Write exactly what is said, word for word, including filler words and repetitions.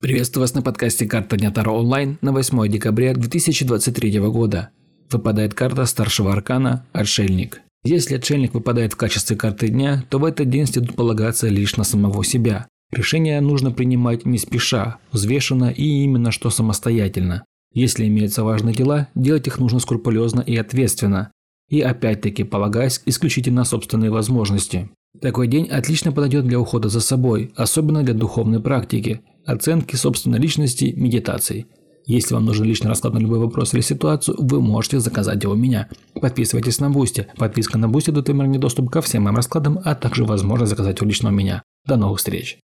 Приветствую вас на подкасте «Карта дня Таро онлайн» на восьмое декабря две тысячи двадцать третьего года. Выпадает карта старшего аркана «Отшельник». Если отшельник выпадает в качестве карты дня, то в этот день следует полагаться лишь на самого себя. Решение нужно принимать не спеша, взвешенно и именно что самостоятельно. Если имеются важные дела, делать их нужно скрупулезно и ответственно. И опять-таки полагаясь исключительно на собственные возможности. Такой день отлично подойдет для ухода за собой, особенно для духовной практики, оценки собственной личности, медитаций. Если вам нужен личный расклад на любой вопрос или ситуацию, вы можете заказать его у меня. Подписывайтесь на Boosty. Подписка на Boosty дает ранний доступ ко всем моим раскладам, а также возможность заказать его лично у меня. До новых встреч!